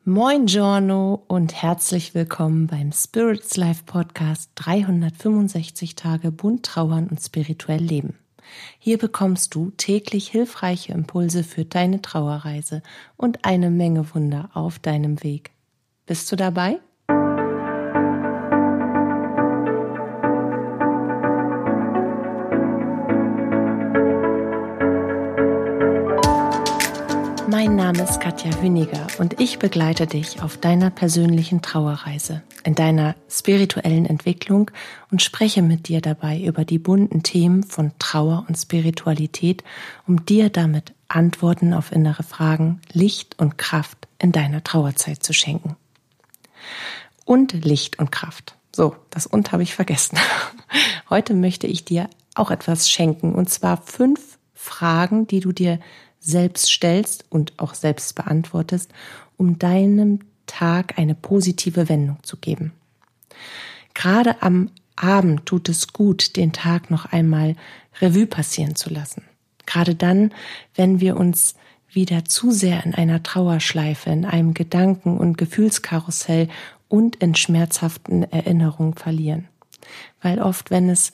Moin Giorno und herzlich willkommen beim Spirits Life Podcast 365 Tage bunt trauern und spirituell leben. Hier bekommst du täglich hilfreiche Impulse für deine Trauerreise und eine Menge Wunder auf deinem Weg. Bist du dabei? Mein Name ist Katja Hüniger und ich begleite dich auf deiner persönlichen Trauerreise, in deiner spirituellen Entwicklung und spreche mit dir dabei über die bunten Themen von Trauer und Spiritualität, um dir damit Antworten auf innere Fragen, Licht und Kraft in deiner Trauerzeit zu schenken. Und Licht und Kraft. So, das "und" habe ich vergessen. Heute möchte ich dir auch etwas schenken, und zwar 5 Fragen, die du dir selbst stellst und auch selbst beantwortest, um deinem Tag eine positive Wendung zu geben. Gerade am Abend tut es gut, den Tag noch einmal Revue passieren zu lassen. Gerade dann, wenn wir uns wieder zu sehr in einer Trauerschleife, in einem Gedanken- und Gefühlskarussell und in schmerzhaften Erinnerungen verlieren. Weil oft, wenn es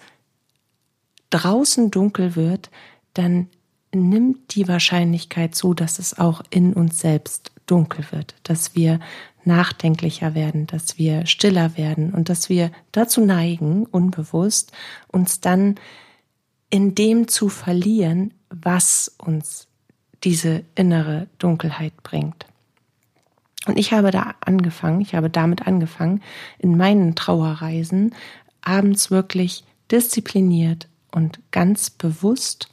draußen dunkel wird, dann nimmt die Wahrscheinlichkeit zu, dass es auch in uns selbst dunkel wird, dass wir nachdenklicher werden, dass wir stiller werden und dass wir dazu neigen, unbewusst uns dann in dem zu verlieren, was uns diese innere Dunkelheit bringt. Und ich habe damit angefangen, in meinen Trauerreisen abends wirklich diszipliniert und ganz bewusst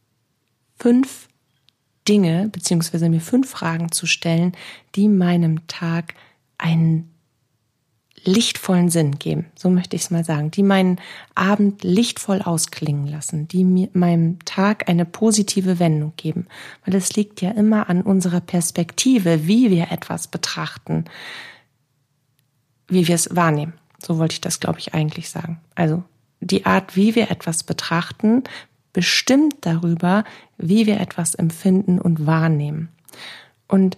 5 Dinge beziehungsweise mir 5 Fragen zu stellen, die meinem Tag einen lichtvollen Sinn geben, so möchte ich es mal sagen, die meinen Abend lichtvoll ausklingen lassen, die meinem Tag eine positive Wendung geben, weil es liegt ja immer an unserer Perspektive, wie wir etwas betrachten, wie wir es wahrnehmen. So wollte ich das, glaube ich, eigentlich sagen. Also die Art, wie wir etwas betrachten, bestimmt darüber, wie wir etwas empfinden und wahrnehmen. Und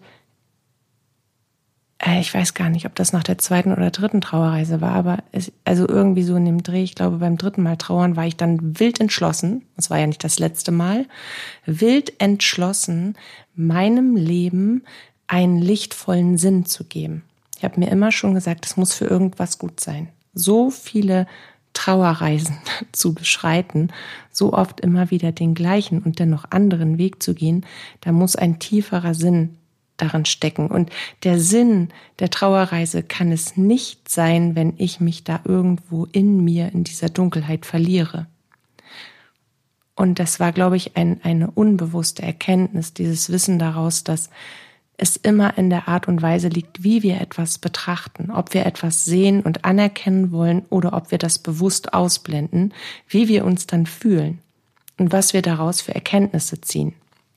ich weiß gar nicht, ob das nach der 2. oder 3. Trauerreise war, aber also irgendwie so in dem Dreh, ich glaube beim 3. Mal trauern, war ich dann wild entschlossen, das war ja nicht das letzte Mal, wild entschlossen, meinem Leben einen lichtvollen Sinn zu geben. Ich habe mir immer schon gesagt, es muss für irgendwas gut sein. So viele Trauerreisen zu beschreiten, so oft immer wieder den gleichen und dennoch anderen Weg zu gehen, da muss ein tieferer Sinn daran stecken. Und der Sinn der Trauerreise kann es nicht sein, wenn ich mich da irgendwo in mir, in dieser Dunkelheit verliere. Und das war, glaube ich, eine unbewusste Erkenntnis, dieses Wissen daraus, dass es immer in der Art und Weise liegt, wie wir etwas betrachten, ob wir etwas sehen und anerkennen wollen oder ob wir das bewusst ausblenden, wie wir uns dann fühlen und was wir daraus für Erkenntnisse ziehen.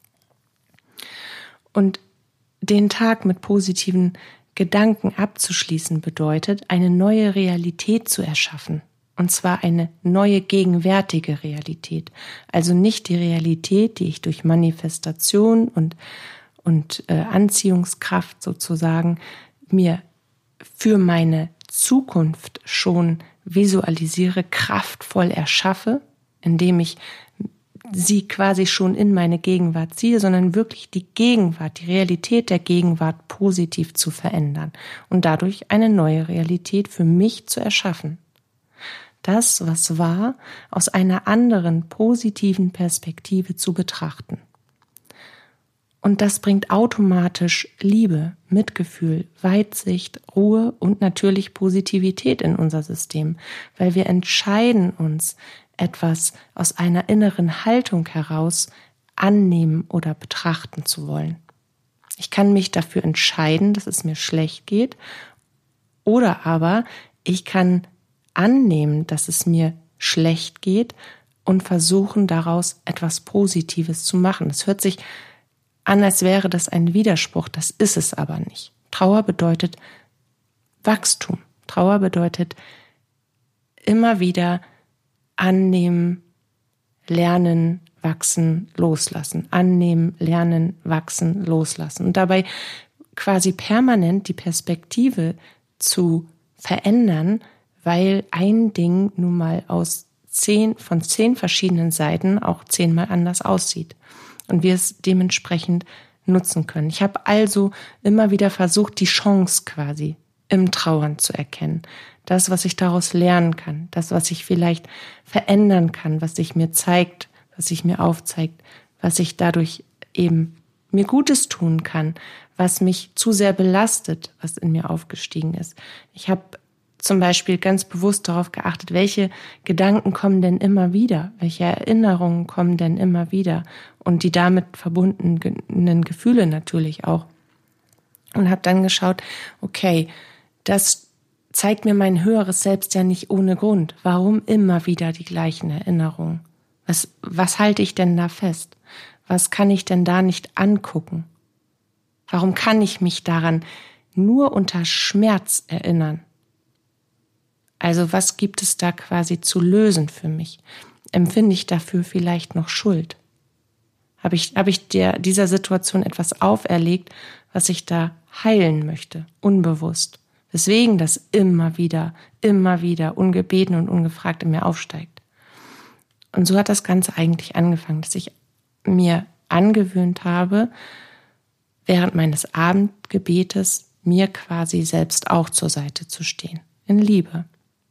Und den Tag mit positiven Gedanken abzuschließen bedeutet, eine neue Realität zu erschaffen. Und zwar eine neue gegenwärtige Realität. Also nicht die Realität, die ich durch Manifestation und Anziehungskraft sozusagen mir für meine Zukunft schon visualisiere, kraftvoll erschaffe, indem ich sie quasi schon in meine Gegenwart ziehe, sondern wirklich die Gegenwart, die Realität der Gegenwart positiv zu verändern und dadurch eine neue Realität für mich zu erschaffen. Das, was war, aus einer anderen positiven Perspektive zu betrachten. Und das bringt automatisch Liebe, Mitgefühl, Weitsicht, Ruhe und natürlich Positivität in unser System, weil wir entscheiden uns, etwas aus einer inneren Haltung heraus annehmen oder betrachten zu wollen. Ich kann mich dafür entscheiden, dass es mir schlecht geht, oder aber ich kann annehmen, dass es mir schlecht geht und versuchen, daraus etwas Positives zu machen. Es hört sich an, als wäre das ein Widerspruch, das ist es aber nicht. Trauer bedeutet Wachstum. Trauer bedeutet immer wieder annehmen, lernen, wachsen, loslassen. Annehmen, lernen, wachsen, loslassen. Und dabei quasi permanent die Perspektive zu verändern, weil ein Ding nun mal von 10 verschiedenen Seiten auch 10-mal anders aussieht und wir es dementsprechend nutzen können. Ich habe also immer wieder versucht, die Chance quasi im Trauern zu erkennen. Das, was ich daraus lernen kann, das, was ich vielleicht verändern kann, was sich mir zeigt, was sich mir aufzeigt, was ich dadurch eben mir Gutes tun kann, was mich zu sehr belastet, was in mir aufgestiegen ist. Ich habe zum Beispiel ganz bewusst darauf geachtet, welche Gedanken kommen denn immer wieder, welche Erinnerungen kommen denn immer wieder und die damit verbundenen Gefühle natürlich auch. Und habe dann geschaut, okay, das zeigt mir mein höheres Selbst ja nicht ohne Grund. Warum immer wieder die gleichen Erinnerungen? Was halte ich denn da fest? Was kann ich denn da nicht angucken? Warum kann ich mich daran nur unter Schmerz erinnern? Also was gibt es da quasi zu lösen für mich? Empfinde ich dafür vielleicht noch Schuld? Habe ich dieser Situation etwas auferlegt, was ich da heilen möchte, unbewusst? Weswegen das immer wieder, ungebeten und ungefragt in mir aufsteigt. Und so hat das Ganze eigentlich angefangen, dass ich mir angewöhnt habe, während meines Abendgebetes mir quasi selbst auch zur Seite zu stehen, in Liebe.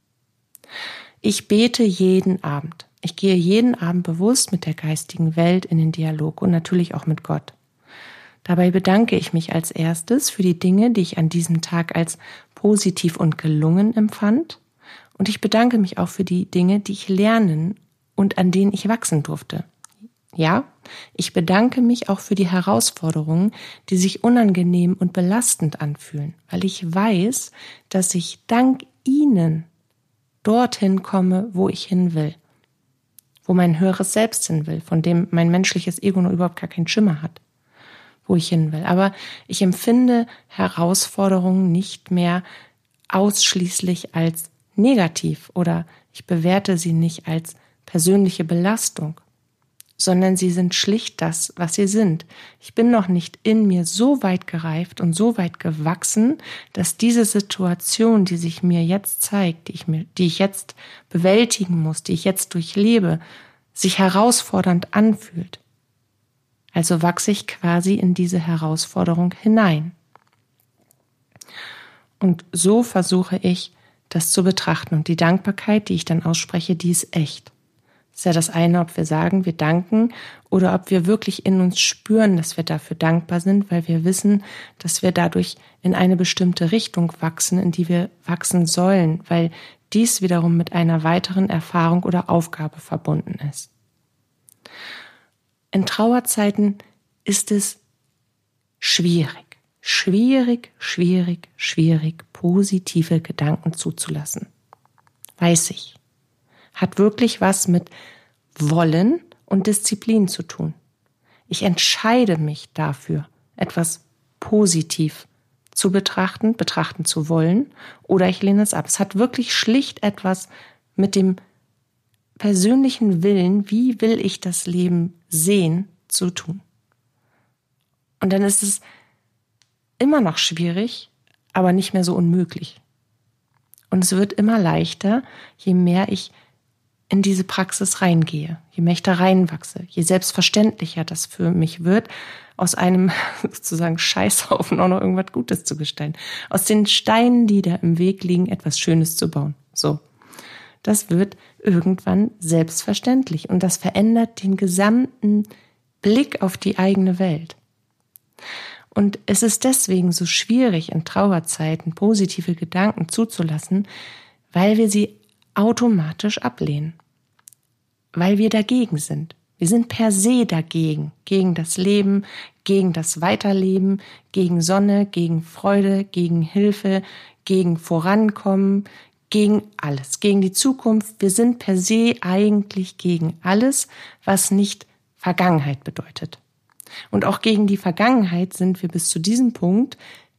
Ich bete jeden Abend. Ich gehe jeden Abend bewusst mit der geistigen Welt in den Dialog und natürlich auch mit Gott. Dabei bedanke ich mich als erstes für die Dinge, die ich an diesem Tag als positiv und gelungen empfand. Und ich bedanke mich auch für die Dinge, die ich lernen und an denen ich wachsen durfte. Ja, ich bedanke mich auch für die Herausforderungen, die sich unangenehm und belastend anfühlen, weil ich weiß, dass ich dank ihnen dorthin komme, wo ich hin will, wo mein höheres Selbst hin will, von dem mein menschliches Ego nur überhaupt gar keinen Schimmer hat, wo ich hin will. Aber ich empfinde Herausforderungen nicht mehr ausschließlich als negativ oder ich bewerte sie nicht als persönliche Belastung, sondern sie sind schlicht das, was sie sind. Ich bin noch nicht in mir so weit gereift und so weit gewachsen, dass diese Situation, die sich mir jetzt zeigt, die ich jetzt bewältigen muss, die ich jetzt durchlebe, sich herausfordernd anfühlt. Also wachse ich quasi in diese Herausforderung hinein. Und so versuche ich, das zu betrachten. Und die Dankbarkeit, die ich dann ausspreche, die ist echt. Das ist ja das eine, ob wir sagen, wir danken oder ob wir wirklich in uns spüren, dass wir dafür dankbar sind, weil wir wissen, dass wir dadurch in eine bestimmte Richtung wachsen, in die wir wachsen sollen, weil dies wiederum mit einer weiteren Erfahrung oder Aufgabe verbunden ist. In Trauerzeiten ist es schwierig, positive Gedanken zuzulassen. Weiß ich. Hat wirklich was mit Wollen und Disziplin zu tun. Ich entscheide mich dafür, etwas positiv zu betrachten zu wollen, oder ich lehne es ab. Es hat wirklich schlicht etwas mit dem persönlichen Willen, wie will ich das Leben sehen, zu tun. Und dann ist es immer noch schwierig, aber nicht mehr so unmöglich. Und es wird immer leichter, je mehr ich in diese Praxis reingehe, je mehr ich da reinwachse, je selbstverständlicher das für mich wird, aus einem sozusagen Scheißhaufen auch noch irgendwas Gutes zu gestalten. Aus den Steinen, die da im Weg liegen, etwas Schönes zu bauen. So. Das wird irgendwann selbstverständlich und das verändert den gesamten Blick auf die eigene Welt. Und es ist deswegen so schwierig, in Trauerzeiten positive Gedanken zuzulassen, weil wir sie automatisch ablehnen, weil wir dagegen sind. Wir sind per se dagegen, gegen das Leben, gegen das Weiterleben, gegen Sonne, gegen Freude, gegen Hilfe, gegen Vorankommen, gegen alles, gegen die Zukunft. Wir sind per se eigentlich gegen alles, was nicht Vergangenheit bedeutet. Und auch gegen die Vergangenheit sind wir bis zu dem Punkt,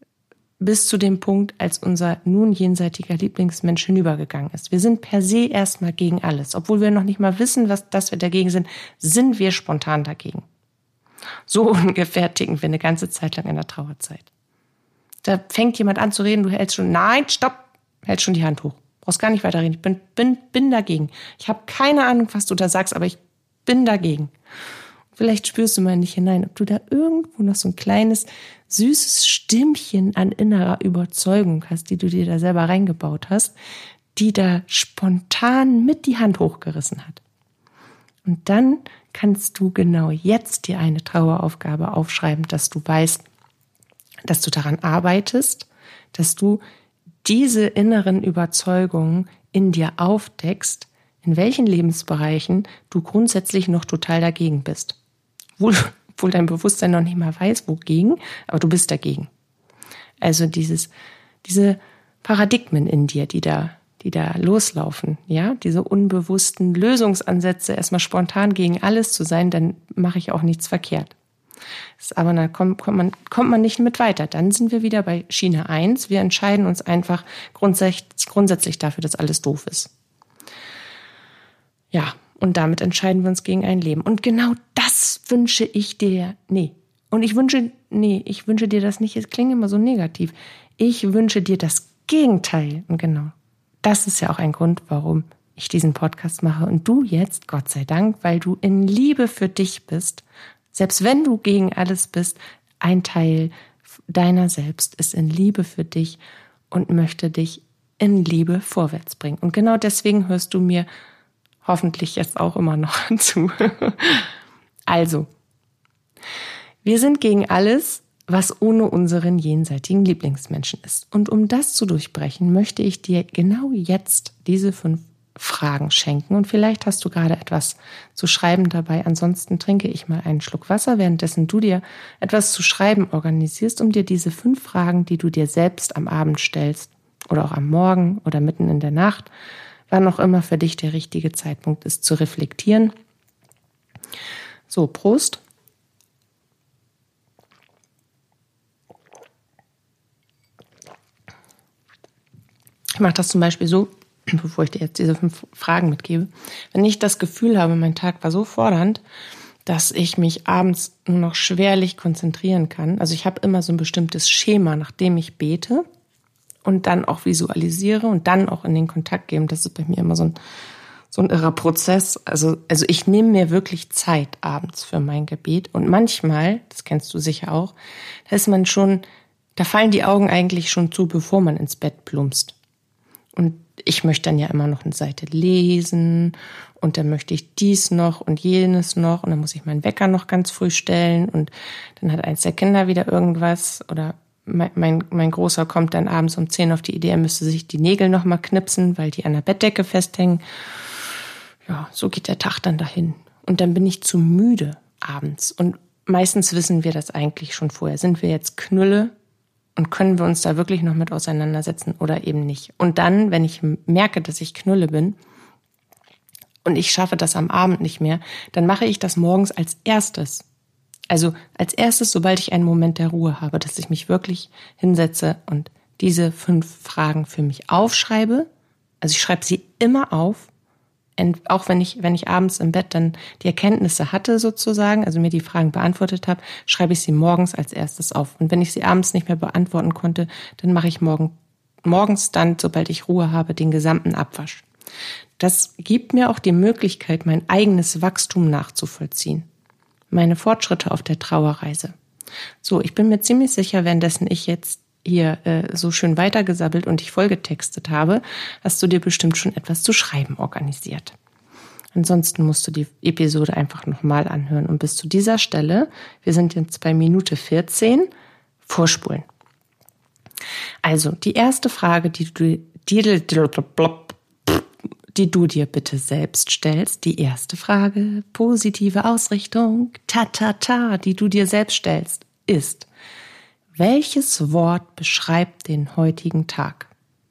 als unser nun jenseitiger Lieblingsmensch hinübergegangen ist. Wir sind per se erstmal gegen alles. Obwohl wir noch nicht mal wissen, dass wir dagegen sind wir spontan dagegen. So ungefähr ticken wir eine ganze Zeit lang in der Trauerzeit. Da fängt jemand an zu reden, du hältst schon, nein, stopp, hältst schon die Hand hoch. Brauchst gar nicht weiterreden. Ich bin dagegen. Ich habe keine Ahnung, was du da sagst, aber ich bin dagegen. Vielleicht spürst du mal nicht hinein, ob du da irgendwo noch so ein kleines, süßes Stimmchen an innerer Überzeugung hast, die du dir da selber reingebaut hast, die da spontan mit die Hand hochgerissen hat. Und dann kannst du genau jetzt dir eine Traueraufgabe aufschreiben, dass du weißt, dass du daran arbeitest, dass du diese inneren Überzeugungen in dir aufdeckst, in welchen Lebensbereichen du grundsätzlich noch total dagegen bist. Obwohl dein Bewusstsein noch nicht mal weiß, wogegen, aber du bist dagegen. Also diese Paradigmen in dir, die da loslaufen, ja, diese unbewussten Lösungsansätze, erstmal spontan gegen alles zu sein, dann mache ich auch nichts verkehrt. Aber dann kommt man nicht mit weiter. Dann sind wir wieder bei Schiene 1. Wir entscheiden uns einfach grundsätzlich dafür, dass alles doof ist. Ja, und damit entscheiden wir uns gegen ein Leben. Und genau das wünsche ich dir. Ich wünsche dir das nicht. Es klingt immer so negativ. Ich wünsche dir das Gegenteil. Und genau, das ist ja auch ein Grund, warum ich diesen Podcast mache. Und du jetzt, Gott sei Dank, weil du in Liebe für dich bist, selbst wenn du gegen alles bist, ein Teil deiner selbst ist in Liebe für dich und möchte dich in Liebe vorwärts bringen. Und genau deswegen hörst du mir hoffentlich jetzt auch immer noch zu. Also, wir sind gegen alles, was ohne unseren jenseitigen Lieblingsmenschen ist. Und um das zu durchbrechen, möchte ich dir genau jetzt diese 5 Fragen schenken. Und vielleicht hast du gerade etwas zu schreiben dabei. Ansonsten trinke ich mal einen Schluck Wasser, währenddessen du dir etwas zu schreiben organisierst, um dir diese 5 Fragen, die du dir selbst am Abend stellst oder auch am Morgen oder mitten in der Nacht, wann auch immer für dich der richtige Zeitpunkt ist, zu reflektieren. So, Prost. Ich mache das zum Beispiel so, bevor ich dir jetzt diese 5 Fragen mitgebe. Wenn ich das Gefühl habe, mein Tag war so fordernd, dass ich mich abends nur noch schwerlich konzentrieren kann. Also ich habe immer so ein bestimmtes Schema, nach dem ich bete und dann auch visualisiere und dann auch in den Kontakt gehe. Und das ist bei mir immer so ein irrer Prozess. Also ich nehme mir wirklich Zeit abends für mein Gebet. Und manchmal, das kennst du sicher auch, da fallen die Augen eigentlich schon zu, bevor man ins Bett plumpst. Und ich möchte dann ja immer noch eine Seite lesen und dann möchte ich dies noch und jenes noch und dann muss ich meinen Wecker noch ganz früh stellen und dann hat eins der Kinder wieder irgendwas oder mein Großer kommt dann abends um 10 auf die Idee, er müsste sich die Nägel noch mal knipsen, weil die an der Bettdecke festhängen. Ja, so geht der Tag dann dahin. Und dann bin ich zu müde abends und meistens wissen wir das eigentlich schon vorher. Sind wir jetzt Knülle? Und können wir uns da wirklich noch mit auseinandersetzen oder eben nicht? Und dann, wenn ich merke, dass ich Knülle bin und ich schaffe das am Abend nicht mehr, dann mache ich das morgens als erstes. Also als erstes, sobald ich einen Moment der Ruhe habe, dass ich mich wirklich hinsetze und diese 5 Fragen für mich aufschreibe. Also ich schreibe sie immer auf. Auch wenn ich abends im Bett dann die Erkenntnisse hatte sozusagen, also mir die Fragen beantwortet habe, schreibe ich sie morgens als erstes auf. Und wenn ich sie abends nicht mehr beantworten konnte, dann mache ich morgens dann, sobald ich Ruhe habe, den gesamten Abwasch. Das gibt mir auch die Möglichkeit, mein eigenes Wachstum nachzuvollziehen. Meine Fortschritte auf der Trauerreise. So, ich bin mir ziemlich sicher, währenddessen ich jetzt hier so schön weitergesabbelt und dich vollgetextet habe, hast du dir bestimmt schon etwas zu schreiben organisiert. Ansonsten musst du die Episode einfach nochmal anhören. Und bis zu dieser Stelle, wir sind jetzt bei Minute 14, vorspulen. Also, die erste Frage, die du dir bitte selbst stellst, die erste Frage, positive Ausrichtung, die du dir selbst stellst, ist: Welches Wort beschreibt den heutigen Tag?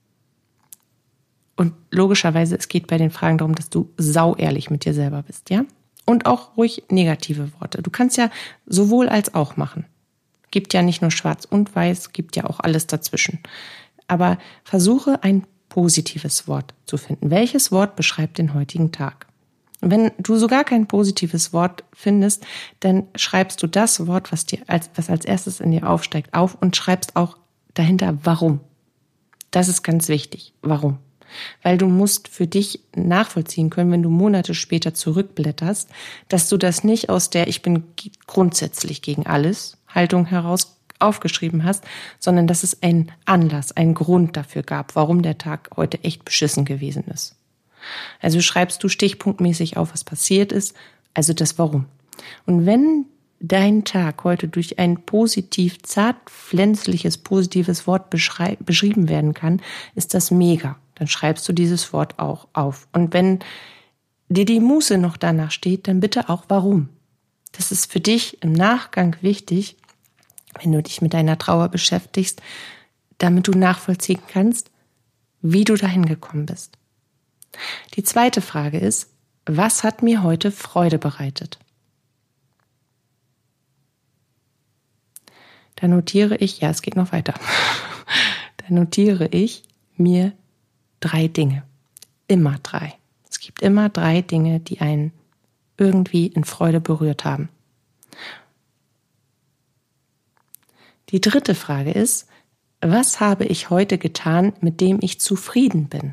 Und logischerweise, es geht bei den Fragen darum, dass du sauehrlich mit dir selber bist, ja? Und auch ruhig negative Worte. Du kannst ja sowohl als auch machen. Gibt ja nicht nur schwarz und weiß, gibt ja auch alles dazwischen. Aber versuche ein positives Wort zu finden. Welches Wort beschreibt den heutigen Tag? Und wenn du sogar kein positives Wort findest, dann schreibst du das Wort, was als erstes in dir aufsteigt, auf und schreibst auch dahinter, warum. Das ist ganz wichtig. Warum? Weil du musst für dich nachvollziehen können, wenn du Monate später zurückblätterst, dass du das nicht aus der Ich bin grundsätzlich gegen alles Haltung heraus aufgeschrieben hast, sondern dass es einen Anlass, einen Grund dafür gab, warum der Tag heute echt beschissen gewesen ist. Also schreibst du stichpunktmäßig auf, was passiert ist, also das Warum. Und wenn dein Tag heute durch ein positiv, zartpflänzliches, positives Wort beschrieben werden kann, ist das mega. Dann schreibst du dieses Wort auch auf. Und wenn dir die Muße noch danach steht, dann bitte auch warum. Das ist für dich im Nachgang wichtig, wenn du dich mit deiner Trauer beschäftigst, damit du nachvollziehen kannst, wie du dahin gekommen bist. Die zweite Frage ist, was hat mir heute Freude bereitet? Da notiere ich, ja, es geht noch weiter. Da notiere ich mir 3 Dinge. Immer 3. Es gibt immer 3 Dinge, die einen irgendwie in Freude berührt haben. Die dritte Frage ist, was habe ich heute getan, mit dem ich zufrieden bin?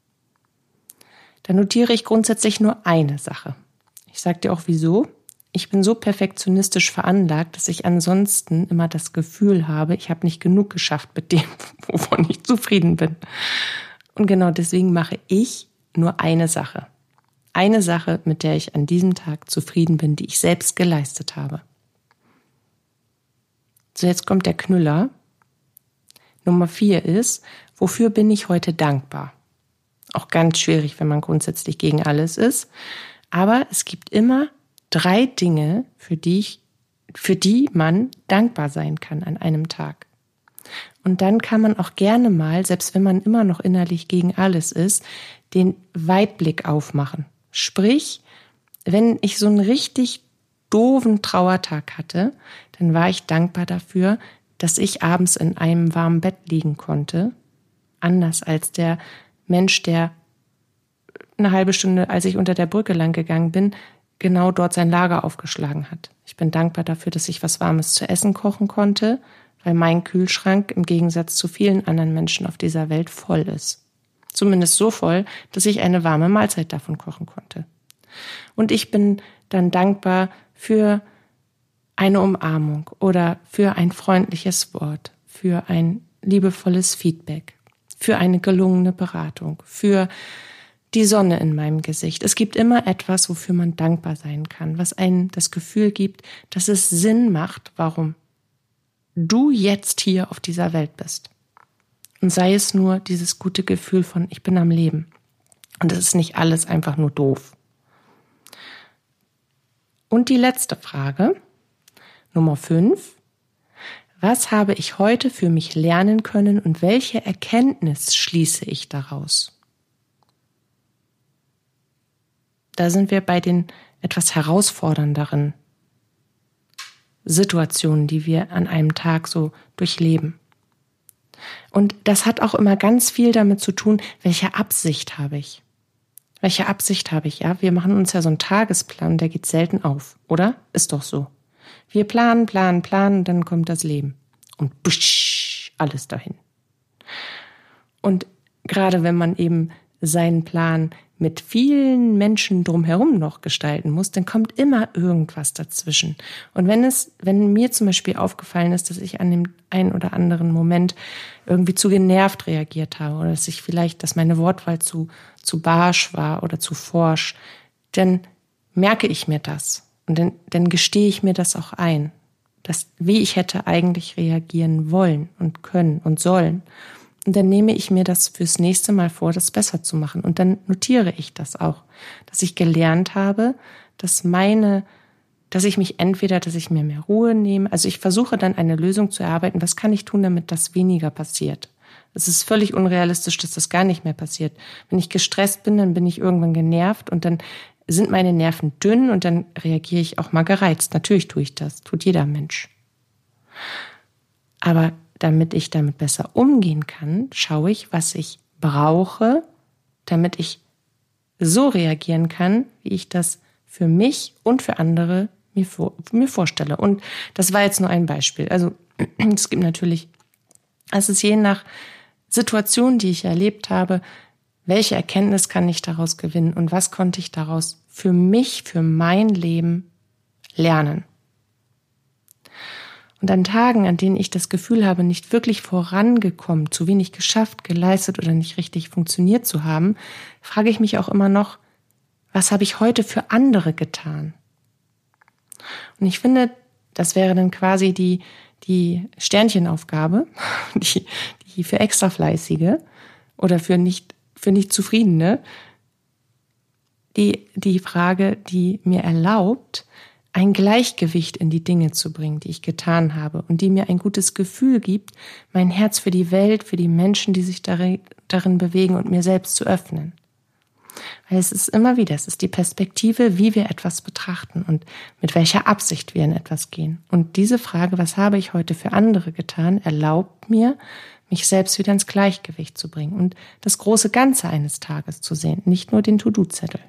Da notiere ich grundsätzlich nur eine Sache. Ich sage dir auch wieso. Ich bin so perfektionistisch veranlagt, dass ich ansonsten immer das Gefühl habe, ich habe nicht genug geschafft mit dem, wovon ich zufrieden bin. Und genau deswegen mache ich nur eine Sache. Eine Sache, mit der ich an diesem Tag zufrieden bin, die ich selbst geleistet habe. So, jetzt kommt der Knüller. Nummer 4 ist, wofür bin ich heute dankbar? Auch ganz schwierig, wenn man grundsätzlich gegen alles ist. Aber es gibt immer 3 Dinge, für die man dankbar sein kann an einem Tag. Und dann kann man auch gerne mal, selbst wenn man immer noch innerlich gegen alles ist, den Weitblick aufmachen. Sprich, wenn ich so einen richtig doofen Trauertag hatte, dann war ich dankbar dafür, dass ich abends in einem warmen Bett liegen konnte. Anders als der Mensch, der eine halbe Stunde, als ich unter der Brücke lang gegangen bin, genau dort sein Lager aufgeschlagen hat. Ich bin dankbar dafür, dass ich was Warmes zu essen kochen konnte, weil mein Kühlschrank im Gegensatz zu vielen anderen Menschen auf dieser Welt voll ist. Zumindest so voll, dass ich eine warme Mahlzeit davon kochen konnte. Und ich bin dann dankbar für eine Umarmung oder für ein freundliches Wort, für ein liebevolles Feedback, für eine gelungene Beratung, für die Sonne in meinem Gesicht. Es gibt immer etwas, wofür man dankbar sein kann, was einem das Gefühl gibt, dass es Sinn macht, warum du jetzt hier auf dieser Welt bist. Und sei es nur dieses gute Gefühl von, ich bin am Leben. Und es ist nicht alles einfach nur doof. Und die letzte Frage, Nummer 5. Was habe ich heute für mich lernen können und welche Erkenntnis schließe ich daraus? Da sind wir bei den etwas herausfordernderen Situationen, die wir an einem Tag so durchleben. Und das hat auch immer ganz viel damit zu tun, welche Absicht habe ich? Welche Absicht habe ich? Ja, wir machen uns ja so einen Tagesplan, der geht selten auf, oder? Ist doch so. Wir planen, und dann kommt das Leben. Und busch, alles dahin. Und gerade wenn man eben seinen Plan mit vielen Menschen drumherum noch gestalten muss, dann kommt immer irgendwas dazwischen. Und wenn mir zum Beispiel aufgefallen ist, dass ich an dem einen oder anderen Moment irgendwie zu genervt reagiert habe oder dass meine Wortwahl zu barsch war oder zu forsch, dann merke ich mir das und dann gestehe ich mir das auch ein, wie ich hätte eigentlich reagieren wollen und können und sollen. Und dann nehme ich mir das fürs nächste Mal vor, das besser zu machen. Und dann notiere ich das auch, dass ich gelernt habe, dass ich mir mehr Ruhe nehme. Also ich versuche dann eine Lösung zu erarbeiten. Was kann ich tun, damit das weniger passiert? Es ist völlig unrealistisch, dass das gar nicht mehr passiert. Wenn ich gestresst bin, dann bin ich irgendwann genervt und dann sind meine Nerven dünn und dann reagiere ich auch mal gereizt. Natürlich tue ich das, tut jeder Mensch. Aber damit ich damit besser umgehen kann, schaue ich, was ich brauche, damit ich so reagieren kann, wie ich das für mich und für andere mir vorstelle. Und das war jetzt nur ein Beispiel. Also es gibt natürlich Es ist je nach Situation, die ich erlebt habe, welche Erkenntnis kann ich daraus gewinnen und was konnte ich daraus für mich, für mein Leben lernen. Und an Tagen, an denen ich das Gefühl habe, nicht wirklich vorangekommen, zu wenig geschafft, geleistet oder nicht richtig funktioniert zu haben, frage ich mich auch immer noch, was habe ich heute für andere getan? Und ich finde, das wäre dann quasi die Sternchenaufgabe, die für extra Fleißige oder für nicht Zufriedene, die Frage, die mir erlaubt, ein Gleichgewicht in die Dinge zu bringen, die ich getan habe und die mir ein gutes Gefühl gibt, mein Herz für die Welt, für die Menschen, die sich darin bewegen und mir selbst zu öffnen. Weil es ist immer wieder, es ist die Perspektive, wie wir etwas betrachten und mit welcher Absicht wir in etwas gehen. Und diese Frage, was habe ich heute für andere getan, erlaubt mir, mich selbst wieder ins Gleichgewicht zu bringen und das große Ganze eines Tages zu sehen, nicht nur den To-Do-Zettel.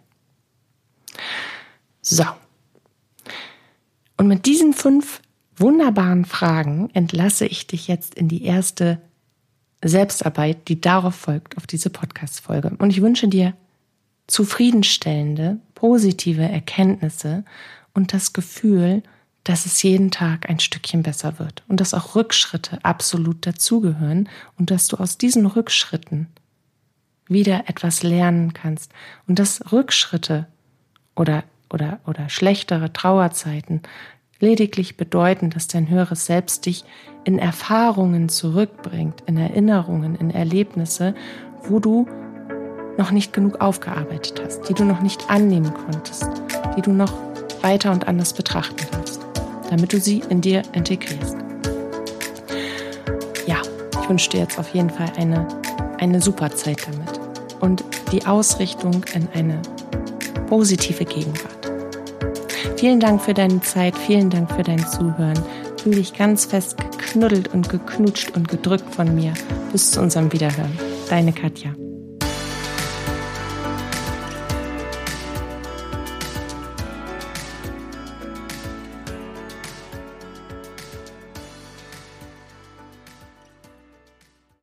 So. Und mit diesen 5 wunderbaren Fragen entlasse ich dich jetzt in die erste Selbstarbeit, die darauf folgt, auf diese Podcast-Folge. Und ich wünsche dir zufriedenstellende, positive Erkenntnisse und das Gefühl, dass es jeden Tag ein Stückchen besser wird und dass auch Rückschritte absolut dazugehören und dass du aus diesen Rückschritten wieder etwas lernen kannst und dass Rückschritte oder schlechtere Trauerzeiten lediglich bedeuten, dass dein höheres Selbst dich in Erfahrungen zurückbringt, in Erinnerungen, in Erlebnisse, wo du noch nicht genug aufgearbeitet hast, die du noch nicht annehmen konntest, die du noch weiter und anders betrachten darfst, damit du sie in dir integrierst. Ja, ich wünsche dir jetzt auf jeden Fall eine super Zeit damit und die Ausrichtung in eine positive Gegenwart. Vielen Dank für deine Zeit, vielen Dank für dein Zuhören. Fühl dich ganz fest geknuddelt und geknutscht und gedrückt von mir. Bis zu unserem Wiederhören. Deine Katja.